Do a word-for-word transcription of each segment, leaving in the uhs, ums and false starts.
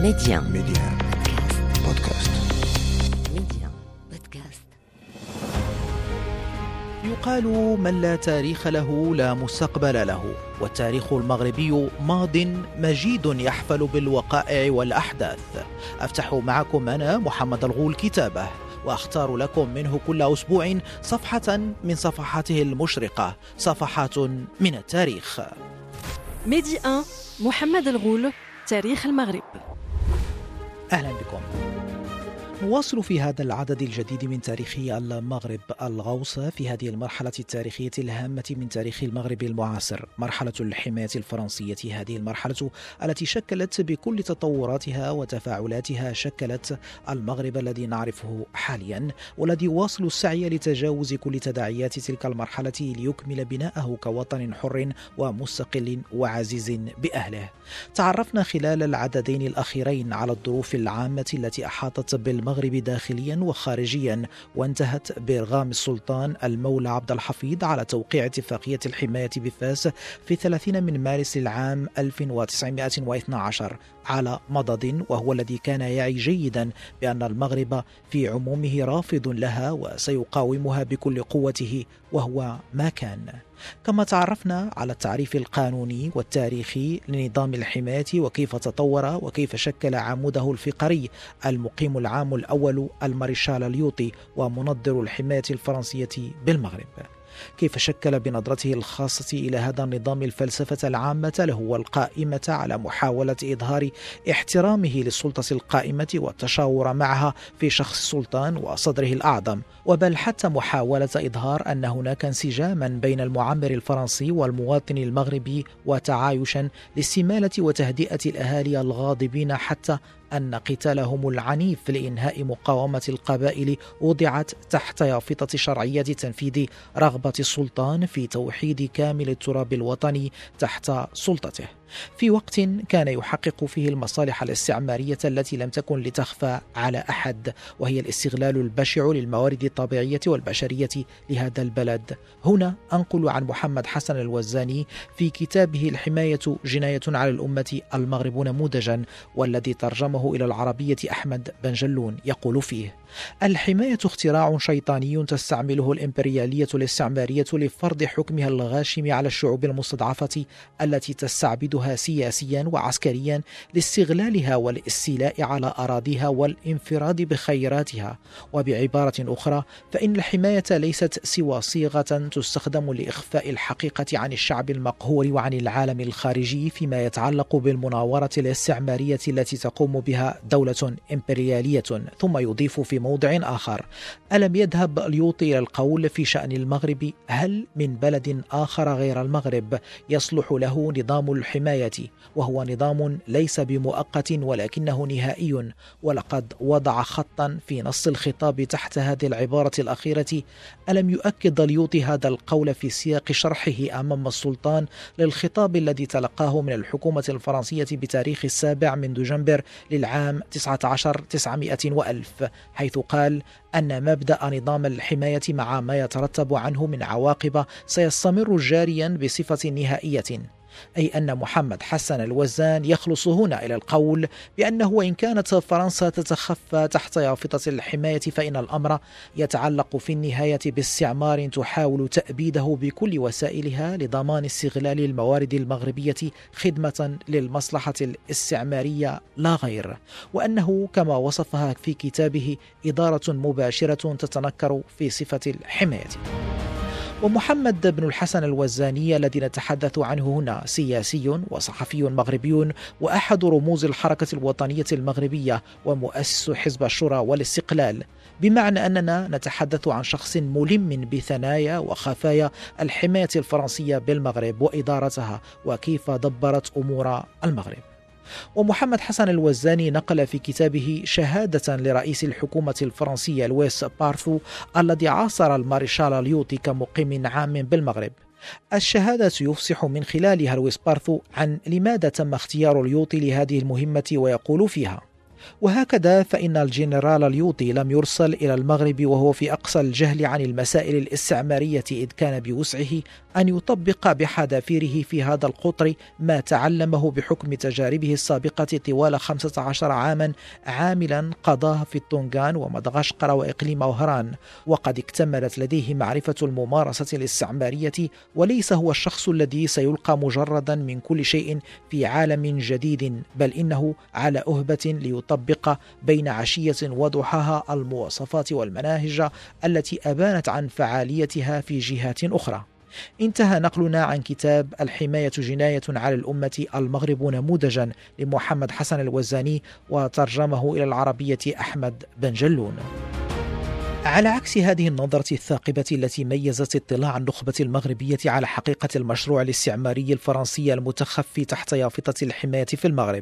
ميديان ميديان بودكاست. ميديان بودكاست. يقال من لا تاريخ له لا مستقبل له، والتاريخ المغربي ماض مجيد يحفل بالوقائع والأحداث. أفتح معكم أنا محمد الغول كتابه، وأختار لكم منه كل أسبوع صفحة من صفحاته المشرقة، صفحات من التاريخ. ميدي واحد، محمد الغول، تاريخ المغرب. أهلا بكم. نواصل في هذا العدد الجديد من تاريخ المغرب الغوص في هذه المرحلة التاريخية الهامة من تاريخ المغرب المعاصر، مرحلة الحماية الفرنسية. هذه المرحلة التي شكلت بكل تطوراتها وتفاعلاتها شكلت المغرب الذي نعرفه حاليا، والذي يواصل السعي لتجاوز كل تداعيات تلك المرحلة ليكمل بناءه كوطن حر ومستقل وعزيز بأهله. تعرفنا خلال العددين الأخيرين على الظروف العامة التي أحاطت بالمغرب المغرب داخليا وخارجيا، وانتهت بإرغام السلطان المولى عبد الحفيظ على توقيع اتفاقية الحماية بفاس في ثلاثين من مارس العام ألف وتسعمائة واثني عشر على مضض، وهو الذي كان يعي جيدا بأن المغرب في عمومه رافض لها وسيقاومها بكل قوته، وهو ما كان. كما تعرفنا على التعريف القانوني والتاريخي لنظام الحماية وكيف تطور وكيف شكل عموده الفقري المقيم العام الأول المارشال اليوطي ومنظر الحماية الفرنسية بالمغرب، كيف شكل بنظرته الخاصة إلى هذا النظام الفلسفة العامة له والقائمة على محاولة إظهار احترامه للسلطة القائمة والتشاور معها في شخص السلطان وصدره الأعظم، وبل حتى محاولة إظهار أن هناك انسجاما بين المعمر الفرنسي والمواطن المغربي وتعايشا لاستمالة وتهدئة الأهالي الغاضبين، حتى أن قتالهم العنيف لإنهاء مقاومة القبائل وضعت تحت يافطة شرعية تنفيذ رغبة السلطان في توحيد كامل التراب الوطني تحت سلطته، في وقت كان يحقق فيه المصالح الاستعمارية التي لم تكن لتخفى على أحد، وهي الاستغلال البشع للموارد الطبيعية والبشرية لهذا البلد. هنا أنقل عن محمد حسن الوزاني في كتابه الحماية جناية على الأمة المغرب نموذجا، والذي ترجمه إلى العربية أحمد بن جلون، يقول فيه: الحماية اختراع شيطاني تستعمله الإمبريالية الاستعمارية لفرض حكمها الغاشم على الشعوب المستضعفة التي تستعبدها سياسيا وعسكريا لاستغلالها والاستيلاء على أراضيها والانفراد بخيراتها. وبعبارة أخرى، فإن الحماية ليست سوى صيغة تستخدم لإخفاء الحقيقة عن الشعب المقهور وعن العالم الخارجي فيما يتعلق بالمناورة الاستعمارية التي تقوم بها دولة إمبريالية. ثم يضيف في موضع آخر: ألم يذهب اليوطي إلى القول في شأن المغرب: هل من بلد آخر غير المغرب يصلح له نظام الحماية، وهو نظام ليس بمؤقت ولكنه نهائي. ولقد وضع خطا في نص الخطاب تحت هذه العبارة الأخيرة. ألم يؤكد اليوطي هذا القول في سياق شرحه أمام السلطان للخطاب الذي تلقاه من الحكومة الفرنسية بتاريخ السابع من دجنبر للعام تسعة عشر تسعمائة وألف، حيث قال أن مبدأ نظام الحماية مع ما يترتب عنه من عواقب سيستمر جاريا بصفة نهائية، أي أن محمد حسن الوزان يخلص هنا إلى القول بأنه وإن كانت فرنسا تتخفى تحت يافطة الحماية، فإن الأمر يتعلق في النهاية باستعمار تحاول تأبيده بكل وسائلها لضمان استغلال الموارد المغربية خدمة للمصلحة الاستعمارية لا غير، وأنه كما وصفها في كتابه إدارة مباشرة تتنكر في صفة الحماية. ومحمد بن الحسن الوزاني الذي نتحدث عنه هنا سياسي وصحفي مغربي، وأحد رموز الحركة الوطنية المغربية ومؤسس حزب الشورى والاستقلال، بمعنى أننا نتحدث عن شخص ملم بثنايا وخفايا الحماية الفرنسية بالمغرب وإدارتها وكيف دبرت أمور المغرب. ومحمد حسن الوزاني نقل في كتابه شهادة لرئيس الحكومة الفرنسية لويس بارثو الذي عاصر المارشال اليوطي كمقيم عام بالمغرب. الشهادة يفصح من خلالها لويس بارثو عن لماذا تم اختيار اليوطي لهذه المهمة، ويقول فيها: وهكذا فإن الجنرال اليوطي لم يرسل إلى المغرب وهو في أقصى الجهل عن المسائل الاستعمارية، إذ كان بوسعه أن يطبق بحذافيره في هذا القطر ما تعلمه بحكم تجاربه السابقة طوال خمسة عشر عاما عاملا قضاها في التونغان ومدغشقر وإقليم أوهران، وقد اكتملت لديه معرفة الممارسة الاستعمارية، وليس هو الشخص الذي سيلقى مجردا من كل شيء في عالم جديد، بل إنه على أهبة ليطبق بين عشية وضحاها المواصفات والمناهج التي أبانت عن فعاليتها في جهات أخرى. انتهى نقلنا عن كتاب الحماية جناية على الأمة المغرب نموذجا لمحمد حسن الوزاني، وترجمه إلى العربية أحمد بن جلون. على عكس هذه النظرة الثاقبة التي ميزت اطلاع النخبة المغربية على حقيقة المشروع الاستعماري الفرنسي المتخفي تحت يافطة الحماية في المغرب،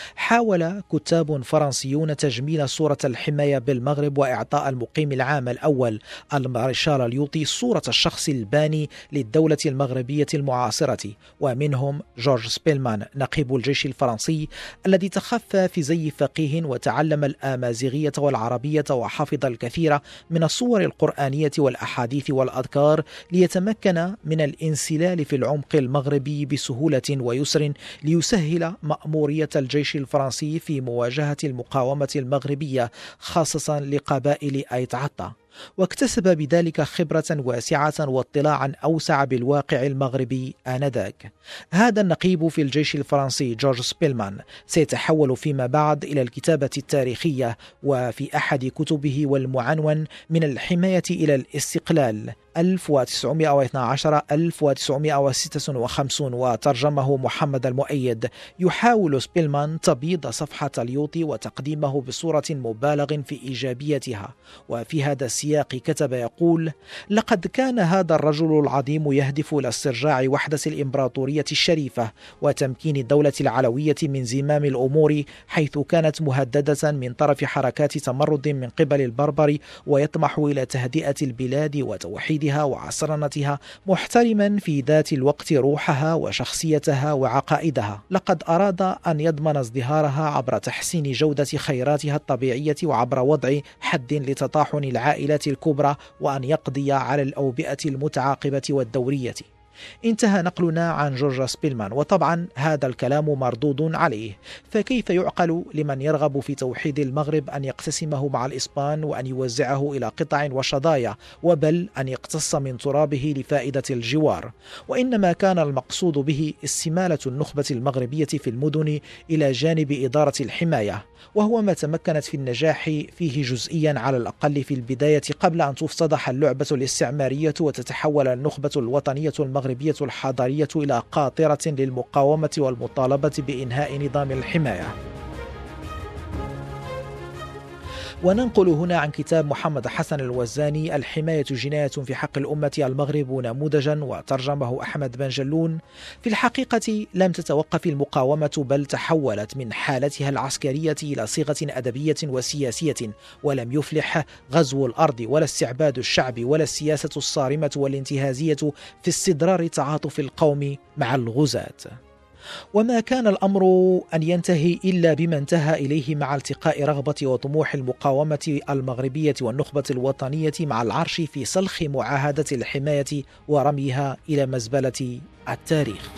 حاول كتاب فرنسيون تجميل صورة الحماية بالمغرب وإعطاء المقيم العام الأول المارشال اليوطي صورة الشخص الباني للدولة المغربية المعاصرة، ومنهم جورج سبيلمان نقيب الجيش الفرنسي الذي تخفى في زي فقيه وتعلم الآمازيغية والعربية وحفظ الكثير من الصور القرآنية والأحاديث والأذكار ليتمكن من الانسلال في العمق المغربي بسهولة ويسر ليسهل مأمورية الجيش الفرنسي في مواجهة المقاومة المغربية خاصة لقبائل أيت عطا، واكتسب بذلك خبرة واسعة واطلاعا أوسع بالواقع المغربي آنذاك. هذا النقيب في الجيش الفرنسي جورج سبيلمان سيتحول فيما بعد إلى الكتابة التاريخية، وفي أحد كتبه والمعنون من الحماية إلى الاستقلال ألف وتسعمائة واثني عشر ألف وتسعمائة وستة وخمسين وترجمه محمد المؤيد، يحاول سبيلمان تبييض صفحة اليوطي وتقديمه بصورة مبالغ في إيجابيتها. وفي هذا السياق كتب يقول: لقد كان هذا الرجل العظيم يهدف إلى استرجاع وحدة الإمبراطورية الشريفة وتمكين الدولة العلوية من زمام الأمور، حيث كانت مهددة من طرف حركات تمرد من قبل البربر، ويطمح إلى تهدئة البلاد وتوحيد وعصرنتها، محترما في ذات الوقت روحها وشخصيتها وعقائدها. لقد أراد أن يضمن ازدهارها عبر تحسين جودة خيراتها الطبيعية وعبر وضع حد لتطاحن العائلات الكبرى، وأن يقضي على الأوبئة المتعاقبة والدورية. انتهى نقلنا عن جورج سبيلمان، وطبعا هذا الكلام مردود عليه، فكيف يعقل لمن يرغب في توحيد المغرب أن يقتسمه مع الإسبان وأن يوزعه إلى قطع وشظايا، وبل أن يقتص من ترابه لفائدة الجوار؟ وإنما كان المقصود به استمالة النخبة المغربية في المدن إلى جانب إدارة الحماية، وهو ما تمكنت في النجاح فيه جزئيا على الأقل في البداية، قبل أن تفتضح اللعبة الاستعمارية وتتحول النخبة الوطنية المغربية الحضارية إلى قاطرة للمقاومة والمطالبة بإنهاء نظام الحماية. وننقل هنا عن كتاب محمد حسن الوزاني الحماية جناية في حق الأمة المغرب نموذجا، وترجمه أحمد بن جلون. في الحقيقة لم تتوقف المقاومة، بل تحولت من حالتها العسكرية إلى صيغة أدبية وسياسية، ولم يفلح غزو الأرض ولا استعباد الشعب ولا السياسة الصارمة والانتهازية في استدرار تعاطف القوم مع الغزاة. وما كان الأمر أن ينتهي إلا بما انتهى إليه مع التقاء رغبة وطموح المقاومة المغربية والنخبة الوطنية مع العرش في سلخ معاهدة الحماية ورميها إلى مزبلة التاريخ.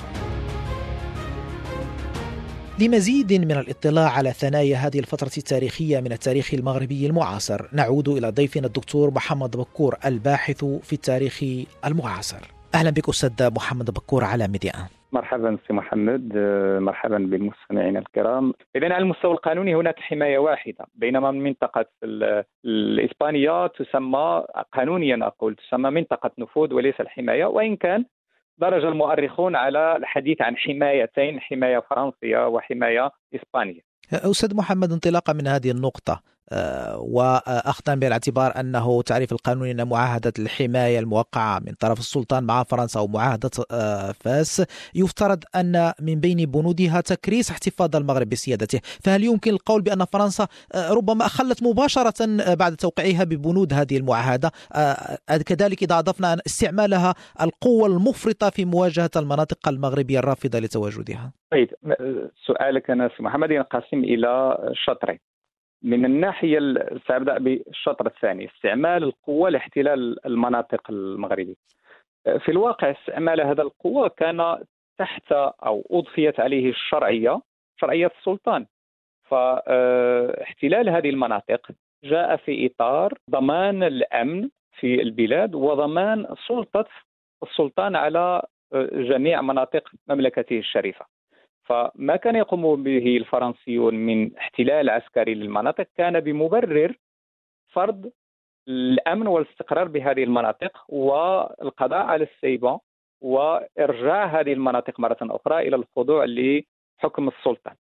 لمزيد من الاطلاع على ثنايا هذه الفترة التاريخية من التاريخ المغربي المعاصر، نعود إلى ضيفنا الدكتور محمد بكور الباحث في التاريخ المعاصر. أهلا بك أستاذ محمد بكور على ميديا. مرحبا سي محمد، مرحبا بالمستمعين الكرام. إذن على المستوى القانوني هناك حماية واحدة، بينما منطقة الإسبانية تسمى قانونيا أقول تسمى منطقة نفوذ وليس الحماية، وإن كان درج المؤرخون على الحديث عن حمايتين، حماية فرنسية وحماية إسبانية. أستاذ محمد، انطلاقا من هذه النقطة وأخذا بالاعتبار أنه تعريف القانون أن معاهدة الحماية الموقعة من طرف السلطان مع فرنسا أو معاهدة فاس يفترض أن من بين بنودها تكريس احتفاظ المغرب بسيادته، فهل يمكن القول بأن فرنسا ربما أخلت مباشرة بعد توقيعها ببنود هذه المعاهدة، كذلك إذا أضفنا استعمالها القوة المفرطة في مواجهة المناطق المغربية الرافضة لتواجدها؟ طيب، سؤالك أنا سي محمد ينقسم إلى شطرين. من الناحية سأبدأ بالشطر الثاني، استعمال القوة لاحتلال المناطق المغربية. في الواقع استعمال هذا القوة كان تحت أو أضفيت عليه الشرعية، شرعية السلطان. فاحتلال هذه المناطق جاء في إطار ضمان الأمن في البلاد وضمان سلطة السلطان على جميع مناطق مملكته الشريفة. فما كان يقوم به الفرنسيون من احتلال عسكري للمناطق كان بمبرر فرض الأمن والاستقرار بهذه المناطق والقضاء على السيبان وإرجاع هذه المناطق مرة أخرى إلى الخضوع لحكم السلطان.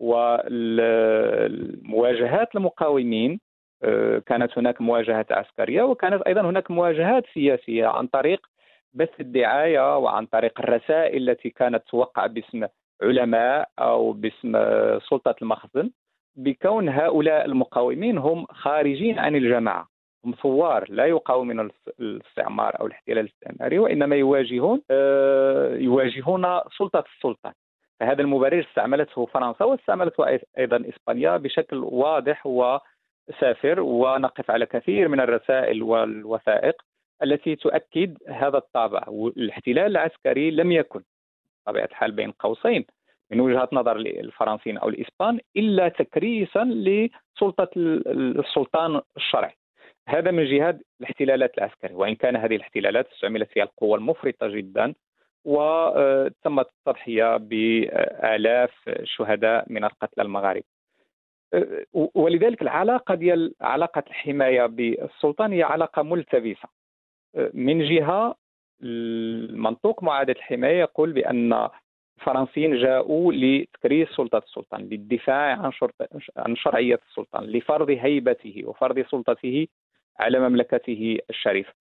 والمواجهات المقاومين كانت هناك مواجهات عسكرية وكانت أيضا هناك مواجهات سياسية عن طريق بث الدعاية وعن طريق الرسائل التي كانت توقع باسم علماء أو باسم سلطة المخزن، بكون هؤلاء المقاومين هم خارجين عن الجماعة، هم ثوار لا يقاومون الاستعمار أو الاحتلال الاستعماري، وإنما يواجهون يواجهون سلطة السلطان. فهذا المبرر استعملته فرنسا واستعملته أيضا إسبانيا بشكل واضح وسافر، ونقف على كثير من الرسائل والوثائق التي تؤكد هذا الطابع. والاحتلال العسكري لم يكن بطبيعة الحال بين قوسين من وجهة نظر الفرنسيين أو الإسبان إلا تكريسا لسلطة السلطان الشرعي. هذا من جهة الاحتلالات العسكرية، وإن كان هذه الاحتلالات استعملت فيها القوة المفرطة جدا وتمت التضحية بآلاف شهداء من القتلى المغاربة. ولذلك العلاقة ديال علاقة الحماية بالسلطان هي علاقة ملتبسة. من جهة المنطوق معاهدة الحماية يقول بأن الفرنسيين جاءوا لتكريس سلطة السلطان، للدفاع عن, عن شرعية السلطان، لفرض هيبته وفرض سلطته على مملكته الشريفة.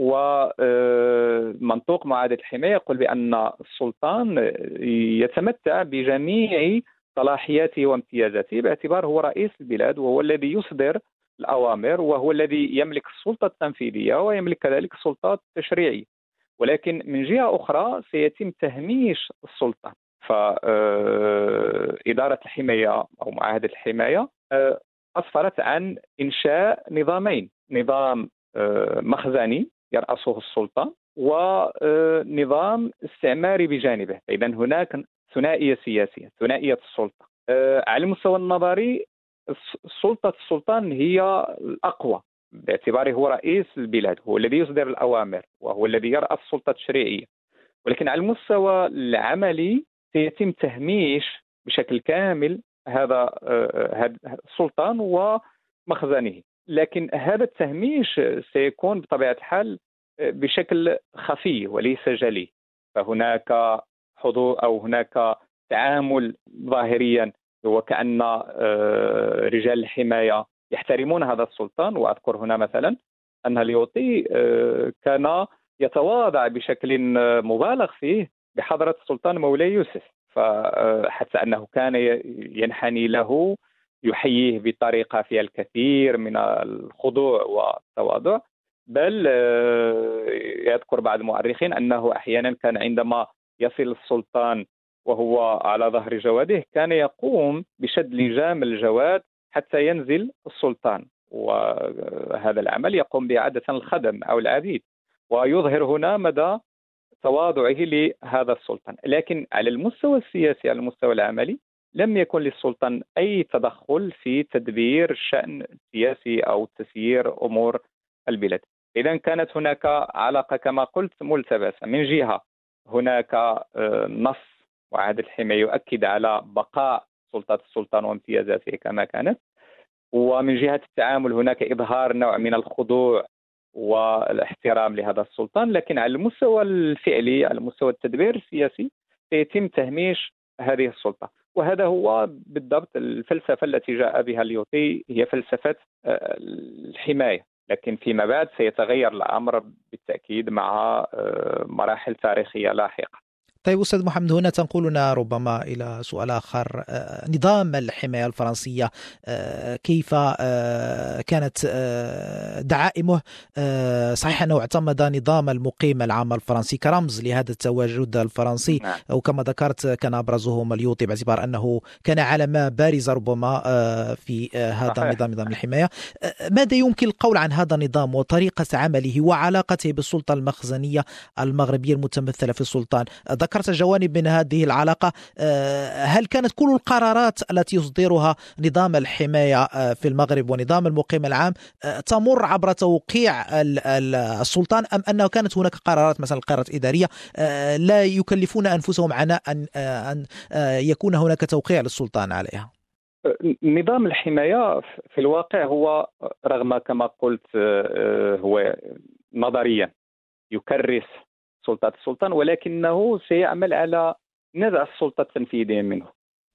ومنطوق معاهدة الحماية يقول بأن السلطان يتمتع بجميع صلاحياته وامتيازاته باعتبار هو رئيس البلاد وهو الذي يصدر الأوامر وهو الذي يملك السلطة التنفيذية ويملك كذلك السلطة التشريعية. ولكن من جهة أخرى سيتم تهميش السلطة. فإدارة الحماية أو معاهدة الحماية أسفرت عن إنشاء نظامين، نظام مخزني يرأسه السلطان ونظام استعماري بجانبه. إذن هناك ثنائية سياسية، ثنائية السلطة. على المستوى النظري سلطة السلطان هي الأقوى باعتباره هو رئيس البلاد، هو الذي يصدر الأوامر وهو الذي يرأس السلطة التشريعية. ولكن على المستوى العملي سيتم تهميش بشكل كامل هذا السلطان ومخزنه. لكن هذا التهميش سيكون بطبيعة الحال بشكل خفي وليس جلي. فهناك حضور أو هناك تعامل ظاهريا وكأن رجال الحماية يحترمون هذا السلطان. وأذكر هنا مثلا أن ليوطي كان يتواضع بشكل مبالغ فيه بحضرة السلطان مولاي يوسف، فحتى أنه كان ينحني له، يحييه بطريقة فيها الكثير من الخضوع والتواضع. بل يذكر بعض المؤرخين أنه أحيانا كان عندما يصل السلطان وهو على ظهر جواده كان يقوم بشد لجام الجواد حتى ينزل السلطان، وهذا العمل يقوم به عادة الخدم أو العبيد، ويظهر هنا مدى تواضعه لهذا السلطان. لكن على المستوى السياسي، على المستوى العملي، لم يكن للسلطان أي تدخل في تدبير الشأن السياسي أو تسيير أمور البلاد. إذن كانت هناك علاقة كما قلت ملتبسة. من جهة هناك نص معاهدة الحماية يؤكد على بقاء سلطة السلطان وامتيازاته كما كانت، ومن جهة التعامل هناك إظهار نوع من الخضوع والاحترام لهذا السلطان. لكن على المستوى الفعلي، على مستوى التدبير السياسي، سيتم تهميش هذه السلطة. وهذا هو بالضبط الفلسفة التي جاء بها ليوطي، هي فلسفة الحماية. لكن فيما بعد سيتغير الأمر بالتأكيد مع مراحل تاريخية لاحقة. طيب أستاذ محمد، هنا تنقلنا ربما إلى سؤال آخر. نظام الحماية الفرنسية كيف كانت دعائمه؟ صحيح أنه اعتمد نظام المقيم العام الفرنسي كرمز لهذا التواجد الفرنسي، وكما ذكرت كان أبرزه مليوطي باعتبار أنه كان علامة بارزة ربما في هذا النظام، نظام الحماية. ماذا يمكن القول عن هذا النظام وطريقة عمله وعلاقته بالسلطة المخزنية المغربية المتمثلة في السلطان؟ ذكرت جوانب من هذه العلاقة. هل كانت كل القرارات التي يصدرها نظام الحماية في المغرب ونظام المقيم العام تمر عبر توقيع السلطان، أم أنه كانت هناك قرارات مثلا قرارات إدارية لا يكلفون أنفسهم عناء أن أن يكون هناك توقيع للسلطان عليها؟ نظام الحماية في الواقع هو رغم كما قلت هو نظريا يكرس سلطة السلطان، ولكنه سيعمل على نزع السلطة التنفيذية منه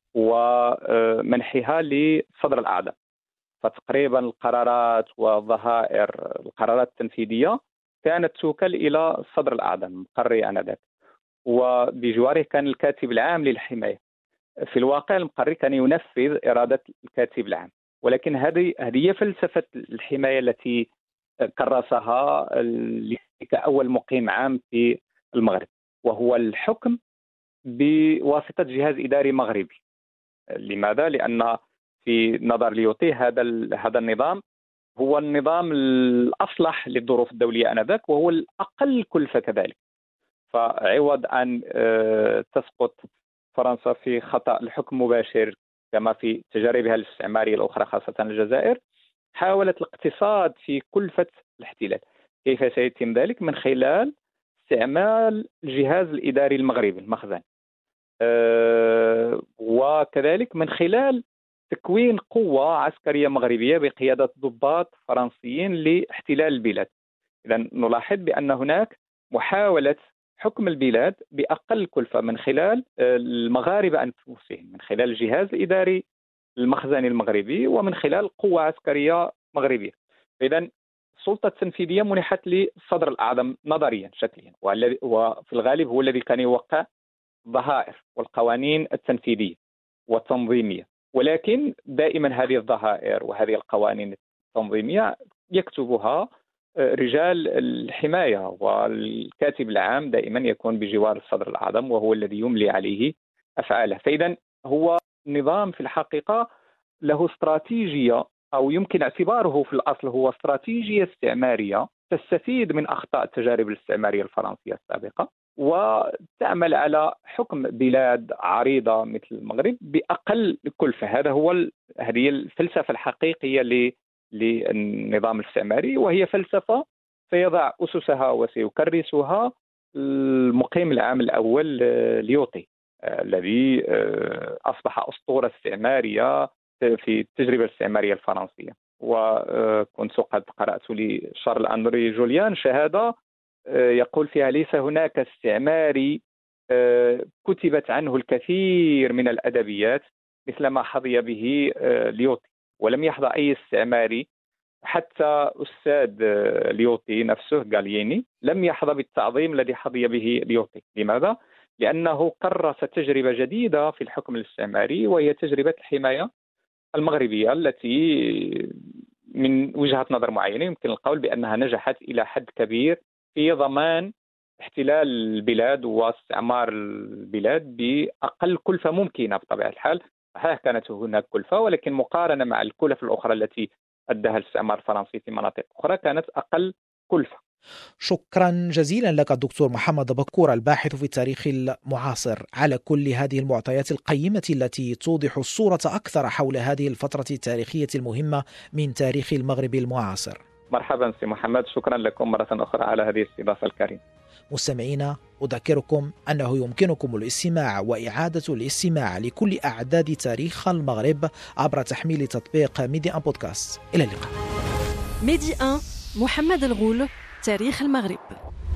ومنحها لصدر الأعظم. فتقريبا القرارات والظهائر القرارات التنفيذية كانت توكل إلى صدر الأعظم المقري آنذاك، وبجواره كان الكاتب العام للحماية. في الواقع المقري كان ينفذ إرادة الكاتب العام، ولكن هذه هذه فلسفة الحماية التي كرسها كأول مقيم عام في المغرب، وهو الحكم بواسطة جهاز إداري مغربي. لماذا؟ لأن في نظر ليوطي هذا هذا النظام هو النظام الأصلح للظروف الدولية آنذاك، وهو الأقل كلفة كذلك. فعوض أن تسقط فرنسا في خطأ الحكم مباشر كما في تجاربها الاستعمارية الأخرى خاصة الجزائر، حاولت الاقتصاد في كلفة الاحتلال. كيف سيتم ذلك؟ من خلال استعمال الجهاز الإداري المغربي المخزن، أه وكذلك من خلال تكوين قوة عسكرية مغربية بقيادة ضباط فرنسيين لاحتلال البلاد. إذا نلاحظ بأن هناك محاولة حكم البلاد بأقل كلفة من خلال المغاربة أنفسهم، من خلال الجهاز الإداري المخزني المغربي ومن خلال قوة عسكرية مغربية. إذا السلطة التنفيذية منحت للصدر الأعظم نظريا شكليا، وفي الغالب هو الذي كان يوقع الظهائر والقوانين التنفيذية والتنظيمية. ولكن دائما هذه الظهائر وهذه القوانين التنظيمية يكتبها رجال الحماية، والكاتب العام دائما يكون بجوار الصدر الأعظم وهو الذي يملي عليه أفعاله. فإذا هو نظام في الحقيقة له استراتيجية، أو يمكن اعتباره في الأصل هو استراتيجية استعمارية تستفيد من أخطاء التجارب الاستعمارية الفرنسية السابقة، وتعمل على حكم بلاد عريضة مثل المغرب بأقل كلفة. هذا هو ال... هذه الفلسفة الحقيقية ل... للنظام الاستعماري، وهي فلسفة سيضع أسسها وسيكرسها المقيم العام الأول ليوطي، الذي أصبح أسطورة استعمارية في التجربة الاستعمارية الفرنسية. وكنت قد قرأت لشارل أندري جوليان شهادة يقول فيها: ليس هناك استعماري كتبت عنه الكثير من الأدبيات مثل ما حظي به ليوطي، ولم يحظى أي استعماري حتى أستاذ ليوطي نفسه غالييني لم يحظى بالتعظيم الذي حظي به ليوطي. لماذا؟ لأنه كرس تجربة جديدة في الحكم الاستعماري، وهي تجربة الحماية المغربية التي من وجهة نظر معينة يمكن القول بأنها نجحت إلى حد كبير في ضمان احتلال البلاد واستعمار البلاد بأقل كلفة ممكنة. بطبيعة الحال صحيح كانت هناك كلفة، ولكن مقارنة مع الكلف الأخرى التي أداها الاستعمار الفرنسي في مناطق أخرى كانت أقل كلفة. شكرا جزيلا لك الدكتور محمد بكور، الباحث في التاريخ المعاصر، على كل هذه المعطيات القيمة التي توضح الصورة أكثر حول هذه الفترة التاريخية المهمة من تاريخ المغرب المعاصر. مرحبا سي محمد، شكرا لكم مرة أخرى على هذه الاستضافة الكريمة. مستمعينا، أذكركم أنه يمكنكم الاستماع وإعادة الاستماع لكل أعداد تاريخ المغرب عبر تحميل تطبيق ميدي أن بودكاست. إلى اللقاء. ميدي أن، محمد الغول، تاريخ المغرب.